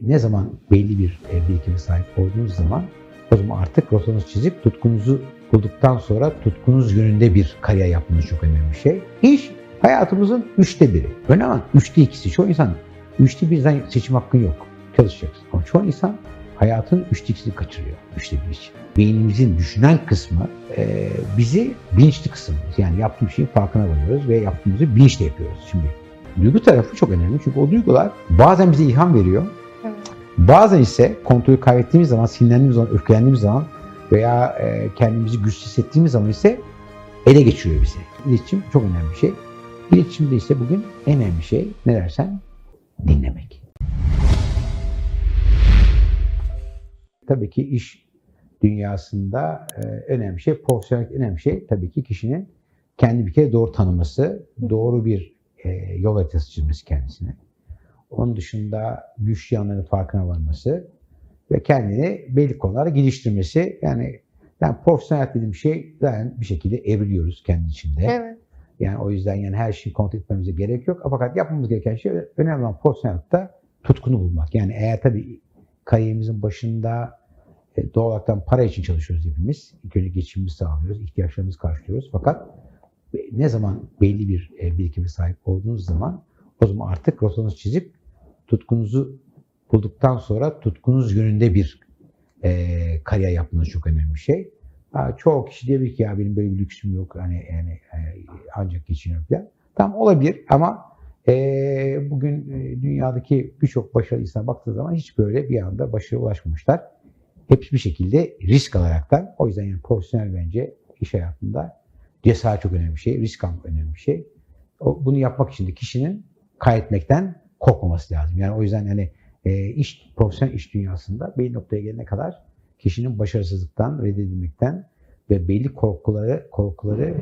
Ne zaman belli bir birikime sahip olduğunuz zaman o zaman artık rotanızı çizip tutkunuzu bulduktan sonra tutkunuz yönünde bir kariyer yapmanız çok önemli bir şey. İş hayatımızın 1/3. Önemli olan 2/3'si. Çoğu insan 1/3'den seçim hakkın yok. Çalışacaksın. Ama çoğu insan hayatın 2/3'sini kaçırıyor. 1/3 için. Beynimizin düşünen kısmı bizi bilinçli kısmımız. Yani yaptığımız şeyin farkına varıyoruz ve yaptığımızı bilinçle yapıyoruz. Şimdi duygu tarafı çok önemli. Çünkü o duygular bazen bize ilham veriyor. Evet. Bazen ise kontrolü kaybettiğimiz zaman, sinirlendiğimiz zaman, öfkelendiğimiz zaman veya kendimizi güçsüz hissettiğimiz zaman ise ele geçiriyor bizi. İletişim çok önemli bir şey. İletişimde ise bugün en önemli şey ne dersen dinlemek. Tabii ki iş dünyasında önemli şey, profesyonel önemli şey tabii ki kişinin kendi bir kere doğru tanıması, doğru bir yol haritası çizmesi kendisine. Onun dışında güçlü yanlarının farkına varması ve kendini belli konularda geliştirmesi. Yani profesyonel dediğim şey zaten bir şekilde evriliyoruz kendi içinde. Evet. Yani o yüzden yani her şeyi kontrol etmemize gerek yok. Fakat yapmamız gereken şey önemli olan profesyonellikte tutkunu bulmak. Yani eğer tabii kariyerimizin başında doğal olarak para için çalışıyoruz hepimiz. İlk önce geçimimizi sağlıyoruz, ihtiyaçlarımızı karşılıyoruz. Fakat ne zaman belli bir birikime sahip olduğunuz zaman o zaman artık rotanızı çizip tutkunuzu bulduktan sonra tutkunuz yönünde bir kariyer yapmanız çok önemli bir şey. Çoğu kişi diyebilir ki ya benim böyle bir lüksüm yok yani ancak geçiniyorum falan. Tamam olabilir ama bugün dünyadaki birçok başarılı insana baktığı zaman hiç böyle bir anda başarıya ulaşmamışlar. Hepsi bir şekilde risk alaraktan. O yüzden yani profesyonel bence iş hayatında cesaret çok önemli bir şey, risk almak önemli bir şey. Bunu yapmak için de kişinin kaybetmekten korkmaması lazım. Yani o yüzden yani profesyonel iş dünyasında belli noktaya gelene kadar kişinin başarısızlıktan, reddedilmekten ve belli korkuları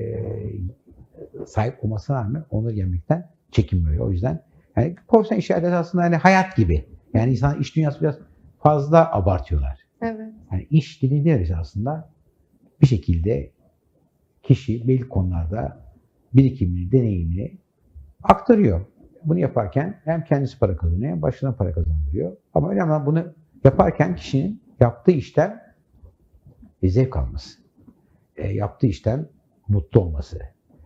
sahip olmasına rağmen onları yenmekten çekinmiyor. O yüzden yani profesyonel iş hayatı aslında yani hayat gibi. Yani insan iş dünyası biraz fazla abartıyorlar. Evet. Yani iş dediğimiz aslında bir şekilde kişi belli konularda birikimini, deneyimini aktarıyor. Bunu yaparken hem kendisi para kazanıyor hem başına para kazandırıyor. Ama önemli olan bunu yaparken kişinin yaptığı işten zevk alması. Yaptığı işten mutlu olması.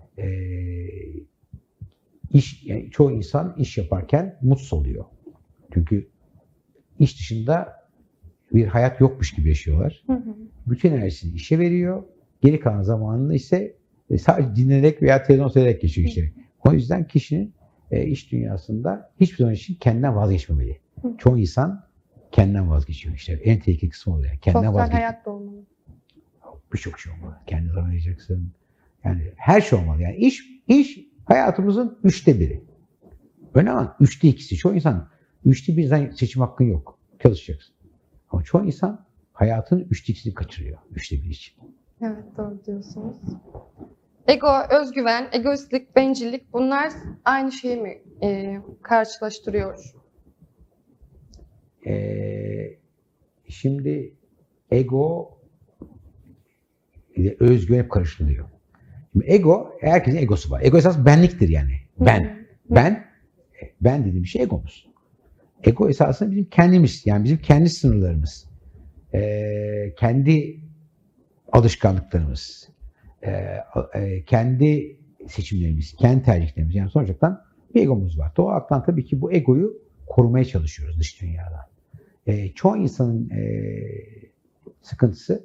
Yani çoğu insan iş yaparken mutsuz oluyor. Çünkü iş dışında bir hayat yokmuş gibi yaşıyorlar. Hı hı. Bütün enerjisini işe veriyor. Geri kalan zamanını ise sadece dinlenerek veya televizyon seyrederek geçiyor işte. O yüzden kişinin iş dünyasında hiçbir zaman için kendinden vazgeçmemeli. Hı. Çoğu insan kendinden vazgeçiyor işte. En tehlikeli kısmı oluyor. Kendinden sosyal hayat da olmalı. Birçok şey olmalı. Kendine zaman ayıracaksın. Yani her şey olmalı. Yani iş hayatımızın 1/3. Önemli olan 2/3'si. Çoğu insan 1/3'den seçim hakkın yok. Çalışacaksın. Ama çoğu insan hayatın 2/3'sini kaçırıyor. 1/3 için. Evet, doğru diyorsunuz. Ego, özgüven, egoistlik, bencillik bunlar aynı şeyi mi karşılaştırıyor? Şimdi ego ile özgüven hep karıştırılıyor. Şimdi ego, herkesin egosu var. Ego esas benliktir yani. Ben dediğim şey egomuz. Ego esasında bizim kendimiz, yani bizim kendi sınırlarımız, kendi alışkanlıklarımız, kendi seçimlerimiz, kendi tercihlerimiz. Yani sonuçta bir egomuz var. Doğal olarak tabii ki bu egoyu korumaya çalışıyoruz dış dünyadan. Çoğu insanın sıkıntısı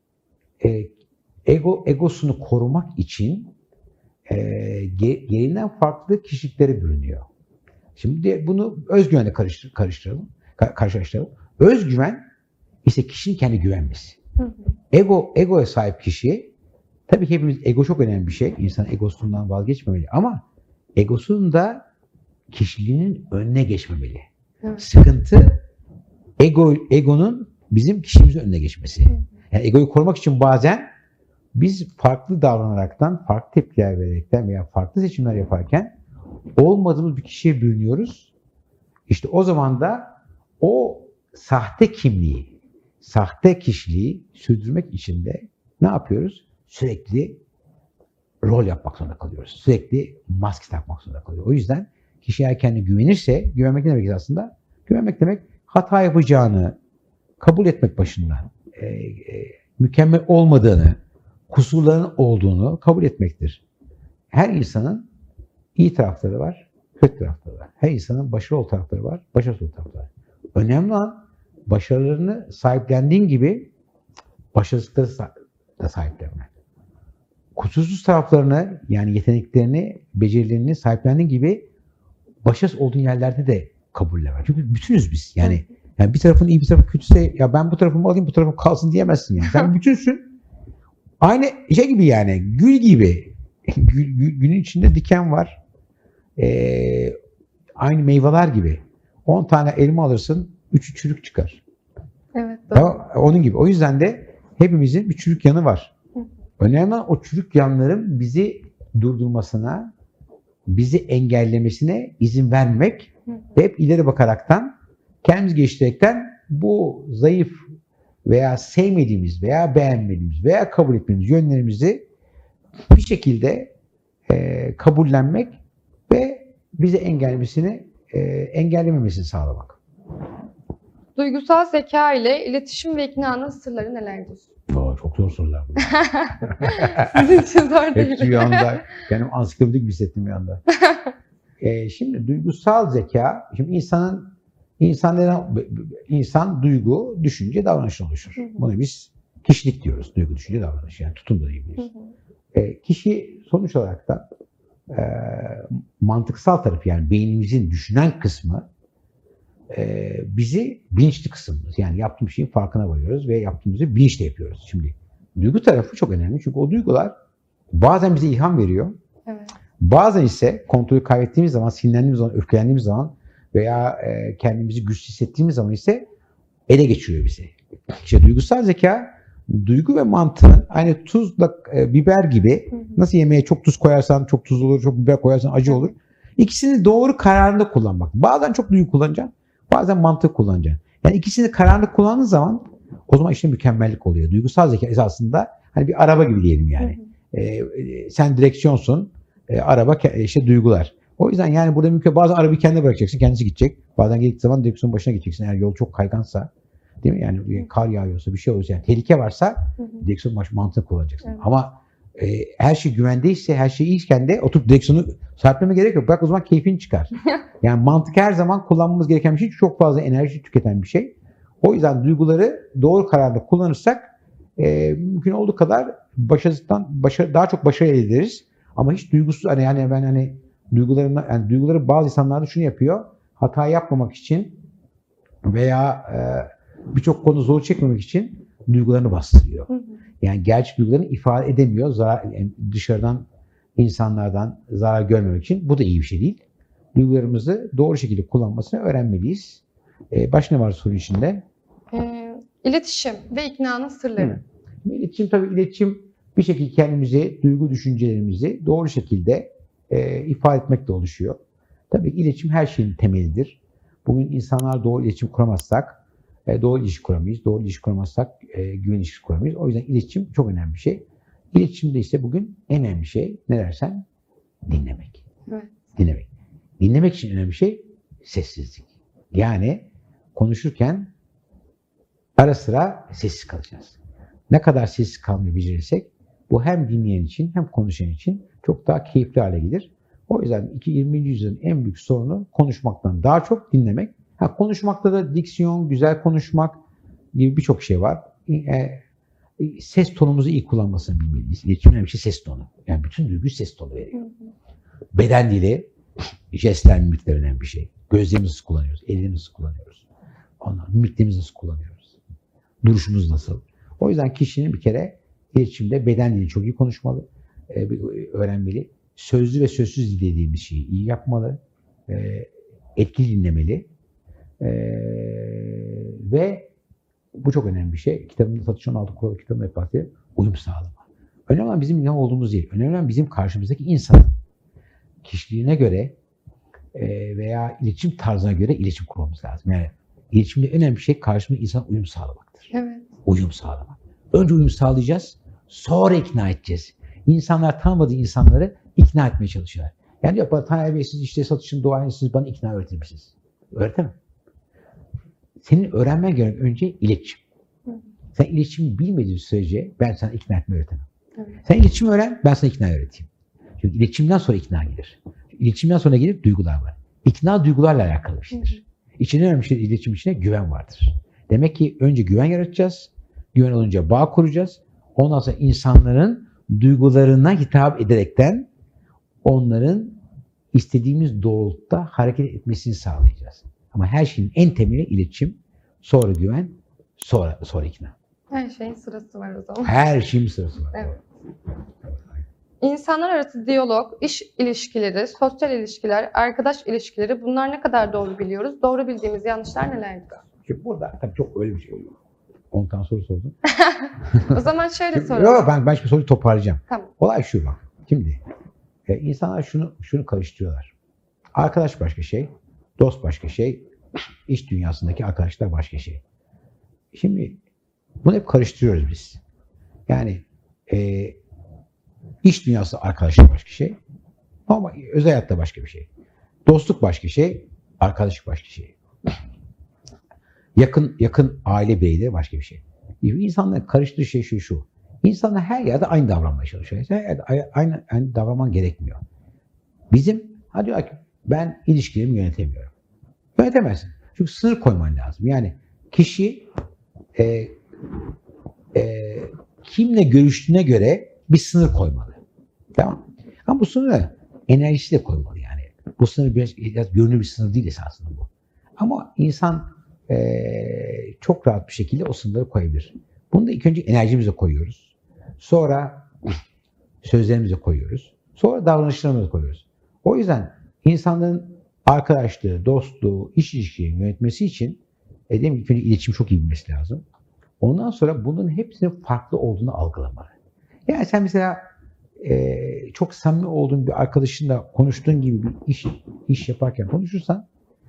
egosunu korumak için gereğinden farklı kişiliklere bürünüyor. Şimdi bunu özgüvenle karşılaştıralım. Özgüven ise kişinin kendi güvenmesi. Egoya sahip kişi, tabii ki hepimiz ego çok önemli bir şey. İnsan egosundan vazgeçmemeli ama egosunun da kişiliğinin önüne geçmemeli. Evet. Sıkıntı egonun bizim kişimizin önüne geçmesi. Yani egoyu korumak için bazen biz farklı davranaraktan, farklı tepkiler vererekten veya farklı seçimler yaparken olmadığımız bir kişiye bürünüyoruz. İşte o zaman da o sahte kimliği, sahte kişiliği sürdürmek için de ne yapıyoruz? Sürekli rol yapmak zorunda kalıyoruz. Sürekli maske takmak zorunda kalıyoruz. O yüzden kişi eğer kendine güvenirse, güvenmek ne demek aslında? Güvenmek demek hata yapacağını kabul etmek başında. Mükemmel olmadığını, kusurların olduğunu kabul etmektir. Her insanın iyi tarafları var, kötü tarafları var. Her insanın başarılı tarafları var, başarısız tarafları var. Önemli olan başarılarını sahiplendiğin gibi başarısızlıkları da sahiplenmek. Kusursuz taraflarını, yani yeteneklerini, becerilerini sahiplendiğin gibi başarısız olduğun yerlerde de kabullenmek. Çünkü bütünüz biz. Yani bir tarafın iyi, bir tarafın kötüyse ya ben bu tarafımı alayım, bu tarafım kalsın diyemezsin yani. Sen bütünsün. Aynı şey gibi yani, gül gibi. Gülün içinde diken var. Aynı meyveler gibi. 10 tane elma alırsın, 3'ü çürük çıkar. Evet, doğru. Onun gibi. O yüzden de hepimizin bir çürük yanı var. Önemli olan o çürük yanların bizi durdurmasına, bizi engellemesine izin vermek ve hep ileri bakaraktan, kendimizi geliştirerekten bu zayıf veya sevmediğimiz veya beğenmediğimiz veya kabul etmediğimiz yönlerimizi bir şekilde kabullenmek ve bizi engellememesini sağlamak. Duygusal zeka ile iletişim ve iknanın sırları nelerdir? Çok zor sorular bunlar. Sizin için zor değil. Hepsi bir anda, benim ansiklopedik bir hissettim bir anda. Şimdi duygusal zeka, şimdi insan duygu, düşünce, davranış oluşur. Buna biz kişilik diyoruz. Duygu, düşünce, davranış. Yani tutum da diyebiliriz. Kişi sonuç olarak da mantıksal tarafı, yani beynimizin düşünen kısmı bizi bilinçli kısmımız. Yani yaptığımız şeyin farkına varıyoruz ve yaptığımızı bilinçle yapıyoruz. Şimdi duygu tarafı çok önemli. Çünkü o duygular bazen bize ilham veriyor. Evet. Bazen ise kontrolü kaybettiğimiz zaman, sinirlendiğimiz zaman, öfkelendiğimiz zaman veya kendimizi güçsüz hissettiğimiz zaman ise ele geçiriyor bizi. İşte duygusal zeka, duygu ve mantığın aynı tuzla biber gibi, nasıl yemeğe çok tuz koyarsan çok tuz olur, çok biber koyarsan acı olur. İkisini doğru kararında kullanmak. Bazen çok duygu kullanacaksın, bazen mantık kullanacaksın. Yani ikisini kararında kullandığın zaman o zaman işte mükemmellik oluyor. Duygusal zeka esasında hani bir araba gibi diyelim yani. Sen direksiyonsun, araba işte duygular. O yüzden yani burada bazen arabayı kendine bırakacaksın, kendisi gidecek. Bazen gittiği zaman direksiyonun başına gideceksin eğer yol çok kaygansa. Değil mi? Yani kar yağıyorsa, bir şey olursa, yani tehlike varsa direksiyon mantığını kullanacaksın. Evet. Ama her şey güvendeyse, her şey iyiyken de oturup direksiyonu sahipleme gerek yok. Bak o zaman keyfin çıkar. Yani mantık her zaman kullanmamız gereken bir şey. Çok fazla enerji tüketen bir şey. O yüzden duyguları doğru kararla kullanırsak mümkün olduğu kadar daha çok başarı elde ederiz. Ama hiç duygusuz ben duyguları bazı insanlar da şunu yapıyor. Hata yapmamak için veya birçok konu zor çekmemek için duygularını bastırıyor. Yani gerçek duygularını ifade edemiyor. Dışarıdan insanlardan zarar görmemek için. Bu da iyi bir şey değil. Duygularımızı doğru şekilde kullanmasını öğrenmeliyiz. Başka ne var soru içinde? İletişim ve iknanın sırları. İletişim bir şekilde kendimizi, duygu düşüncelerimizi doğru şekilde ifade etmekle oluşuyor. Tabii ki iletişim her şeyin temelidir. Bugün insanlar doğru iletişim kuramazsak doğru ilişki kuramayız. Doğru ilişki kuramazsak güven ilişkisi kuramayız. O yüzden iletişim çok önemli bir şey. İletişimde ise bugün en önemli şey ne dersen dinlemek. Evet. Dinlemek. Dinlemek için önemli bir şey sessizlik. Yani konuşurken ara sıra sessiz kalacağız. Ne kadar sessiz kalmayı becerirsek bu hem dinleyen için hem konuşan için çok daha keyifli hale gelir. O yüzden 20. yüzyılın en büyük sorunu konuşmaktan daha çok dinlemek. Konuşmakta da diksiyon, güzel konuşmak gibi birçok şey var. Ses tonumuzu iyi kullanmasını bilmeliyiz. İletişim önemli bir şey ses tonu. Yani bütün duyguyu ses tonu veriyor. Beden dili, jestler, mimikler önemli bir şey. Gözlerimizi nasıl kullanıyoruz, ellerimizi nasıl kullanıyoruz. Mimiklerimizi nasıl kullanıyoruz. Duruşumuz nasıl. O yüzden kişinin bir kere iletişimde beden dili çok iyi konuşmalı, öğrenmeli. Sözlü ve sözsüz dil dediğimiz şeyi iyi yapmalı, etkili dinlemeli ve bu çok önemli bir şey. Kitabımda Satış 16 Kuralı kitabında hep bahsediyorum. Uyum sağlama. Önemli olan bizim ne olduğumuz değil. Önemli olan bizim karşımızdaki insanın kişiliğine göre veya iletişim tarzına göre iletişim kurmamız lazım. Yani iletişimde önemli şey karşımdaki insana uyum sağlamaktır. Evet. Uyum sağlamak. Önce uyum sağlayacağız, sonra ikna edeceğiz. İnsanlar tanımadığı insanları ikna etmeye çalışıyorlar. Yani diyor Taner Bey siz işte satışın doğayını siz bana ikna öğretir misiniz? Öğretemem. senin öğrenmen gereken önce iletişim. Hı. Sen iletişimi bilmediğin sürece ben sana ikna etmeyi öğretemem. Evet. Sen iletişimi öğren, ben sana ikna öğreteyim. Çünkü iletişimden sonra ikna gelir. İletişimden sonra gelir duygular var. İkna duygularla alakalı bir şeydir. İçine önemli şey iletişim içine güven vardır. Demek ki önce güven yaratacağız. Güven olunca bağ kuracağız. Ondan sonra insanların duygularına hitap ederekten onların istediğimiz doğrultuda hareket etmesini sağlayacağız. Ama her şeyin en temeli iletişim, sonra güven, sonra ikna. Her şeyin sırası var o zaman. Her şeyin bir sırası var. Evet. İnsanlar arası diyalog, iş ilişkileri, sosyal ilişkiler, arkadaş ilişkileri bunlar ne kadar doğru biliyoruz? Doğru bildiğimiz yanlışlar nelerdir? Şimdi burada tabii çok öyle bir şey oluyor. 10 tane soru sordun. O zaman şöyle soralım. Yok ben şu soruyu toparlayacağım. Tamam. Olay şu bak. Şimdi insanlar şunu karıştırıyorlar. Arkadaş başka şey, dost başka şey, iş dünyasındaki arkadaşlar başka şey. Şimdi bunu hep karıştırıyoruz biz. Yani iş dünyası arkadaşlık başka şey, ama özel hayatta başka bir şey. Dostluk başka şey, arkadaşlık başka şey. Yakın aile bireyleri başka bir şey. İnsanların karıştığı şey şu. İnsanlar her yerde aynı davranmaya çalışıyor. Her yerde aynı davranman gerekmiyor. Hadi diyor ki ben ilişkilerimi yönetemiyorum. Yönetemezsin. Çünkü sınır koyman lazım. Yani kişi kimle görüştüğüne göre bir sınır koymalı. Tamam. Ama bu sınırı enerjisi de koymalı yani. Bu sınır biraz görünür bir sınır değil esasında bu. Ama insan çok rahat bir şekilde o sınırları koyabilir. Bunu da ilk önce enerjimize koyuyoruz. Sonra sözlerimize koyuyoruz. Sonra davranışlarımıza koyuyoruz. O yüzden insanların arkadaşlığı, dostluğu, iş ilişkilerini yönetmesi için dediğim gibi ilk önce iletişim çok iyi bilmesi lazım. Ondan sonra bunun hepsinin farklı olduğunu algılamalı. Yani sen mesela çok samimi olduğun bir arkadaşınla konuştuğun gibi bir iş yaparken konuşursan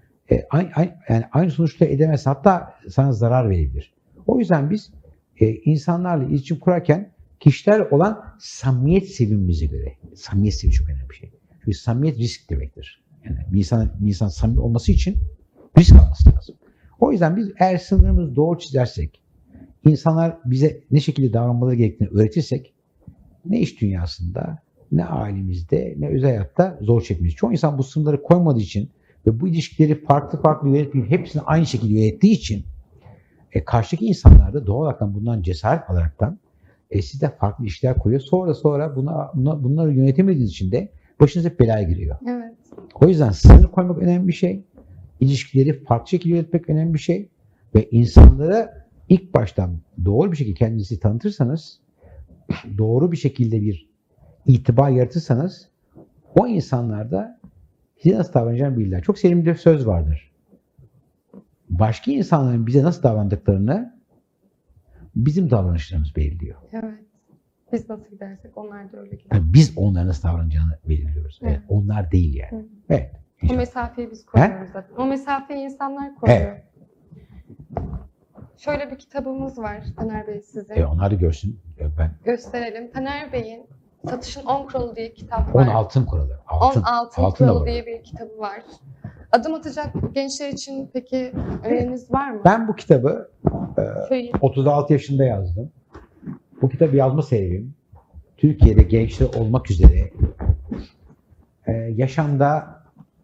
yani aynı sonuçta edemez, hatta sana zarar verebilir. O yüzden biz insanlarla iletişim kurarken kişiler olan samimiyet seviyemize göre, samimiyet seviye çok önemli bir şey. Çünkü samimiyet risk demektir. Yani bir insan samimi olması için risk alması lazım. O yüzden biz eğer sınırımızı doğru çizersek, insanlar bize ne şekilde davranmaları gerektiğini öğretirsek, ne iş dünyasında, ne ailemizde, ne özel hayatta zor çekmeyiz. Çoğu insan bu sınırları koymadığı için ve bu ilişkileri farklı yönetmeyip hepsini aynı şekilde yönettiği için karşıdaki insanlar da doğal olarak bundan cesaret alaraktan sizde farklı işler kuruyor. Sonra bunları yönetemediğiniz için de başınız hep belaya giriyor. Evet. O yüzden sınır koymak önemli bir şey. İlişkileri farklı şekilde yönetmek önemli bir şey. Ve insanlara ilk baştan doğru bir şekilde kendinizi tanıtırsanız, doğru bir şekilde bir itibar yaratırsanız, o insanlar da size nasıl davranacağını bilirler. Çok sevimli bir söz vardır. Başka insanların bize nasıl davrandıklarını bizim davranışlarımız belirliyor. Evet. Biz nasıl gidersek onlar da öyle gider. Yani biz onların nasıl davranacağını belirliyoruz. Evet. Evet, onlar değil yani. Hı. Evet. O mesafeyi biz koyuyoruz zaten. O mesafeyi insanlar koyuyor. Evet. Şöyle bir kitabımız var Taner Bey sizin. Onlar da görsün. Ben Gösterelim. Taner Bey'in Satışın 10 Kuralı diye kitap var. 10 altın kuralı. 10 altın da kuralı var. diye bir kitabı var. Adım atacak gençler için peki öneriniz var mı? Ben bu kitabı Şöyle 36 yaşında yazdım. Bu kitabı yazma sebebim Türkiye'de gençler olmak üzere yaşamda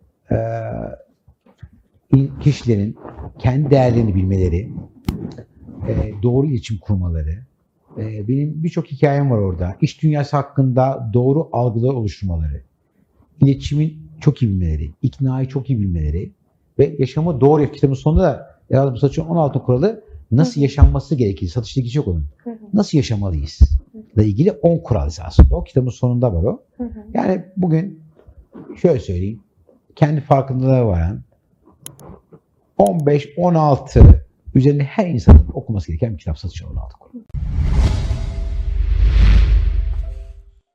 kişilerin kendi değerlerini bilmeleri, doğru iletişim kurmaları, benim birçok hikayem var orada. İş dünyası hakkında doğru algılar oluşturmaları, iletişimin çok iyi bilmeleri, iknayı çok iyi bilmeleri ve yaşamı doğru kitabın sonunda da yazdım Satışın 16 kuralı nasıl yaşanması gerekir, satışta ilgisi yok onun. Nasıl yaşamalıyız? ile ilgili 10 kural aslında. O kitabın sonunda var o. Yani bugün şöyle söyleyeyim, kendi farkındalığa varan 15-16 üzerinde her insanın okuması gereken bir kitap Satışın 16 kural.